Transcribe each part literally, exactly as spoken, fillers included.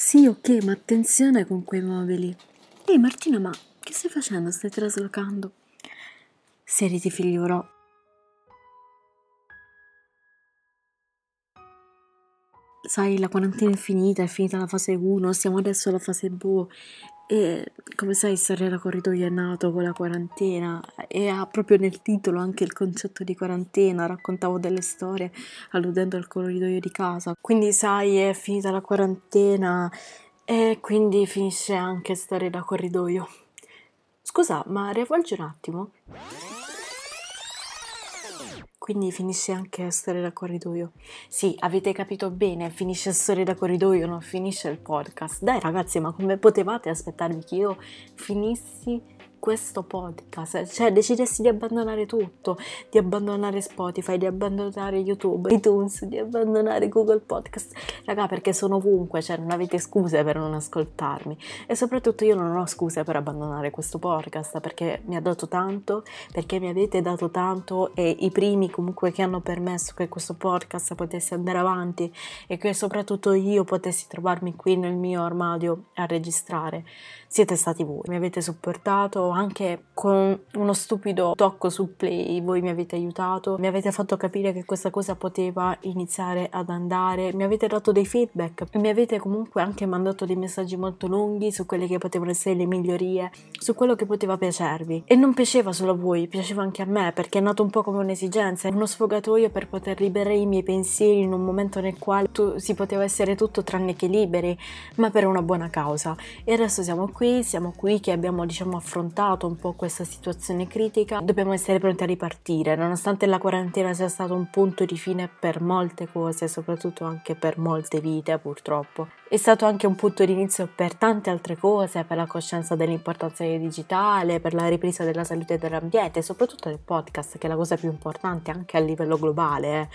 Sì, ok, ma attenzione con quei mobili. Ehi Martina, ma che stai facendo? Stai traslocando? Sediti, figliuolo. Sai, la quarantena è finita, è finita la fase uno, siamo adesso alla fase due e come sai stare da corridoio è nato con la quarantena e ha proprio nel titolo anche il concetto di quarantena, raccontavo delle storie alludendo al corridoio di casa. Quindi sai, è finita la quarantena e quindi finisce anche stare da corridoio. Scusa, ma riavvolgi un attimo? Quindi finisce anche a storia da corridoio. Sì, avete capito bene, finisce a storia da corridoio, non finisce il podcast. Dai ragazzi, ma come potevate aspettarvi che io finissi questo podcast? Cioè, decidessi di abbandonare tutto, di abbandonare Spotify, di abbandonare YouTube, iTunes, di abbandonare Google Podcast. Raga, perché sono ovunque, cioè non avete scuse per non ascoltarmi. E soprattutto io non ho scuse per abbandonare questo podcast, perché mi ha dato tanto, perché mi avete dato tanto e i primi comunque che hanno permesso che questo podcast potesse andare avanti e che soprattutto io potessi trovarmi qui nel mio armadio a registrare siete stati voi. Mi avete supportato anche con uno stupido tocco sul play, voi mi avete aiutato, mi avete fatto capire che questa cosa poteva iniziare ad andare, mi avete dato dei feedback e mi avete comunque anche mandato dei messaggi molto lunghi su quelle che potevano essere le migliorie, su quello che poteva piacervi. E non piaceva solo a voi, piaceva anche a me, perché è nato un po' come un'esigenza, uno sfogatoio per poter liberare i miei pensieri in un momento nel quale tu, si poteva essere tutto tranne che liberi, ma per una buona causa. E adesso siamo qui, siamo qui che abbiamo diciamo affrontato un po' questa situazione critica, dobbiamo essere pronti a ripartire, nonostante la quarantena sia stato un punto di fine per molte cose, soprattutto anche per molte vite purtroppo. È stato anche un punto di inizio per tante altre cose, per la coscienza dell'importanza del digitale, per la ripresa della salute e dell'ambiente e soprattutto del podcast, che è la cosa più importante anche a livello globale. Eh.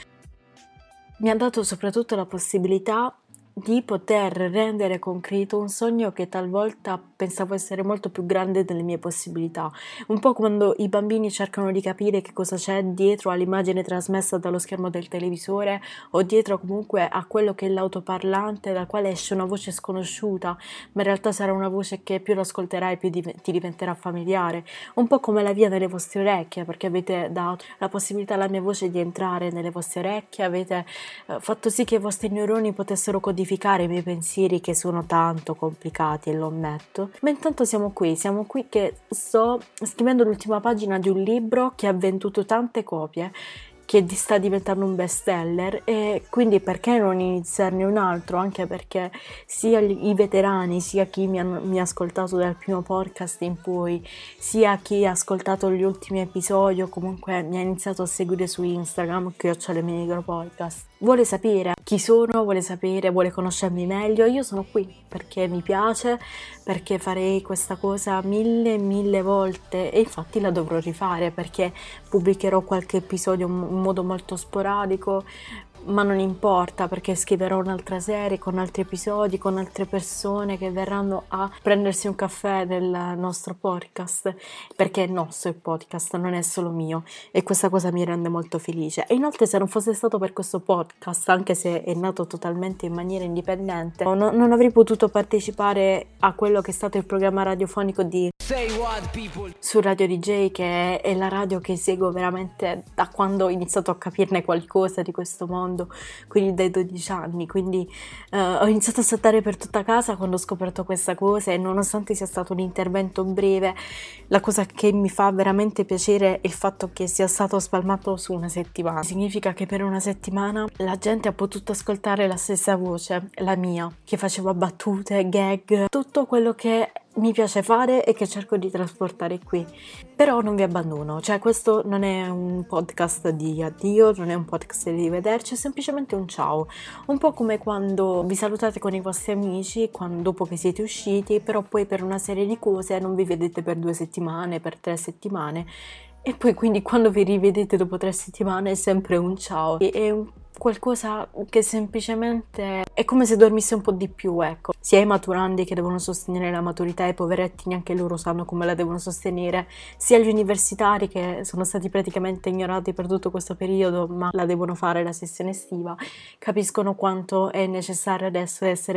Mi ha dato soprattutto la possibilità di poter rendere concreto un sogno che talvolta pensavo essere molto più grande delle mie possibilità, un po' quando i bambini cercano di capire che cosa c'è dietro all'immagine trasmessa dallo schermo del televisore o dietro comunque a quello che è l'autoparlante dal quale esce una voce sconosciuta, ma in realtà sarà una voce che più l'ascolterai più div- ti diventerà familiare, un po' come la via nelle vostre orecchie, perché avete dato la possibilità alla mia voce di entrare nelle vostre orecchie, avete eh, fatto sì che i vostri neuroni potessero codificare i miei pensieri, che sono tanto complicati e lo ammetto, ma intanto siamo qui, siamo qui che sto scrivendo l'ultima pagina di un libro che ha venduto tante copie, che sta diventando un bestseller e quindi perché non iniziarne un altro, anche perché sia i veterani sia chi mi ha, mi ha ascoltato dal primo podcast in poi, sia chi ha ascoltato gli ultimi episodi o comunque mi ha iniziato a seguire su Instagram, che ho le micro podcast, vuole sapere chi sono, vuole sapere, vuole conoscermi meglio, io sono qui perché mi piace, perché farei questa cosa mille mille volte e infatti la dovrò rifare perché pubblicherò qualche episodio in modo molto sporadico, ma non importa perché scriverò un'altra serie con altri episodi, con altre persone che verranno a prendersi un caffè nel nostro podcast, perché è nostro il podcast, non è solo mio e questa cosa mi rende molto felice. E inoltre se non fosse stato per questo podcast, anche se è nato totalmente in maniera indipendente, non, non avrei potuto partecipare a quello che è stato il programma radiofonico di Say What People su Radio D J, che è la radio che seguo veramente da quando ho iniziato a capirne qualcosa di questo mondo, quindi dai dodici anni, quindi uh, ho iniziato a saltare per tutta casa quando ho scoperto questa cosa e nonostante sia stato un intervento breve, la cosa che mi fa veramente piacere è il fatto che sia stato spalmato su una settimana. Significa che per una settimana la gente ha potuto ascoltare la stessa voce, la mia, che faceva battute, gag, tutto quello che mi piace fare e che cerco di trasportare qui. Però non vi abbandono, cioè questo non è un podcast di addio, non è un podcast di rivederci, è semplicemente un ciao, un po' come quando vi salutate con i vostri amici quando, dopo che siete usciti, però poi per una serie di cose non vi vedete per due settimane, per tre settimane e poi quindi quando vi rivedete dopo tre settimane è sempre un ciao, è un qualcosa che semplicemente è come se dormisse un po' di più, ecco. Sia i maturandi che devono sostenere la maturità, i poveretti neanche loro sanno come la devono sostenere, sia gli universitari che sono stati praticamente ignorati per tutto questo periodo ma la devono fare la sessione estiva, capiscono quanto è necessario adesso essere ben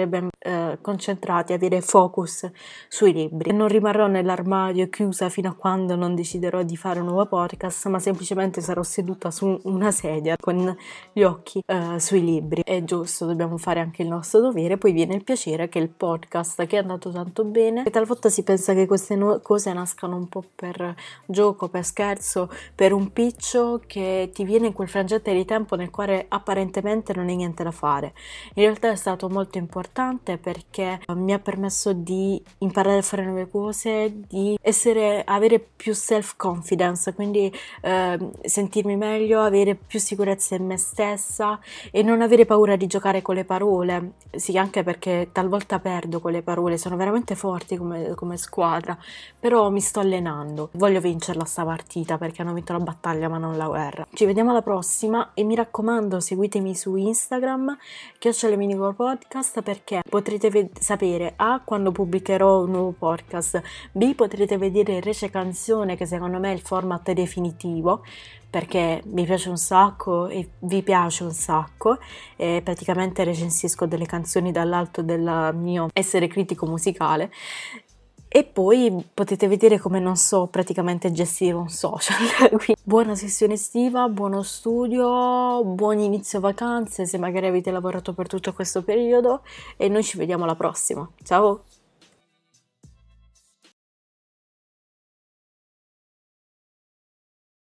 eh, concentrati, avere focus sui libri. Non rimarrò nell'armadio chiusa fino a quando non deciderò di fare un nuovo podcast, ma semplicemente sarò seduta su una sedia con gli occhi eh, sui libri. È giusto, dobbiamo fare anche il nostro dovere. Poi viene il piacere che il podcast, che è andato tanto bene, e talvolta si pensa che queste no- cose nascano un po' per gioco, per scherzo, per un piccio che ti viene in quel frangente di tempo nel quale apparentemente non hai niente da fare. In realtà è stato molto importante perché mi ha permesso di imparare a fare nuove cose, di essere, avere più self confidence, quindi eh, sentirmi meglio, avere più sicurezza in me stessa e non avere paura di giocare con le parole. Sì, anche perché talvolta perdo con le parole, sono veramente forti come, come squadra, però mi sto allenando. Voglio vincerla sta partita perché hanno vinto la battaglia ma non la guerra. Ci vediamo alla prossima e mi raccomando, seguitemi su Instagram, chiocciola Minicore Podcast, perché potrete ved- sapere A quando pubblicherò un nuovo podcast, B potrete vedere Rece Canzone, che secondo me è il format definitivo perché mi piace un sacco e vi piace un sacco, e praticamente recensisco delle canzoni dall'alto del mio essere critico musicale. E poi potete vedere come non so praticamente gestire un social. Quindi, buona sessione estiva, buono studio, buon inizio vacanze se magari avete lavorato per tutto questo periodo e noi ci vediamo alla prossima. Ciao!